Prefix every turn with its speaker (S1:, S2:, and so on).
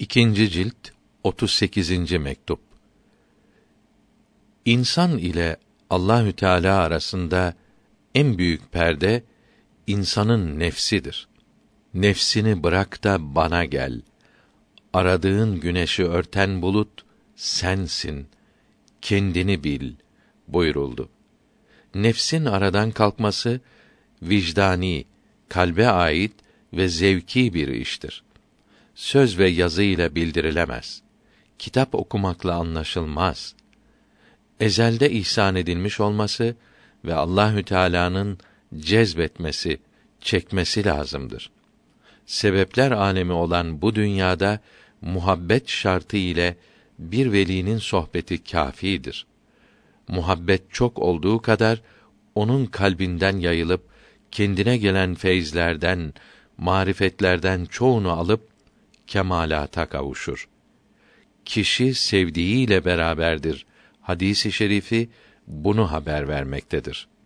S1: İkinci cilt 38. mektup. İnsan ile Allahü Teala arasında en büyük perde insanın nefsidir. Nefsini bırak da bana gel. Aradığın güneşi örten bulut sensin. Kendini bil buyuruldu. Nefsin aradan kalkması vicdani, kalbe ait ve zevki bir iştir. Söz ve yazı ile bildirilemez. Kitap okumakla anlaşılmaz. Ezelde ihsan edilmiş olması ve Allahü Teala'nın cezbetmesi, çekmesi lazımdır. Sebepler alemi olan bu dünyada muhabbet şartı ile bir velinin sohbeti kâfidir. Muhabbet çok olduğu kadar onun kalbinden yayılıp kendine gelen feyzlerden, marifetlerden çoğunu alıp kemâlâta kavuşur. Kişi sevdiğiyle beraberdir. Hadisi şerifi bunu haber vermektedir.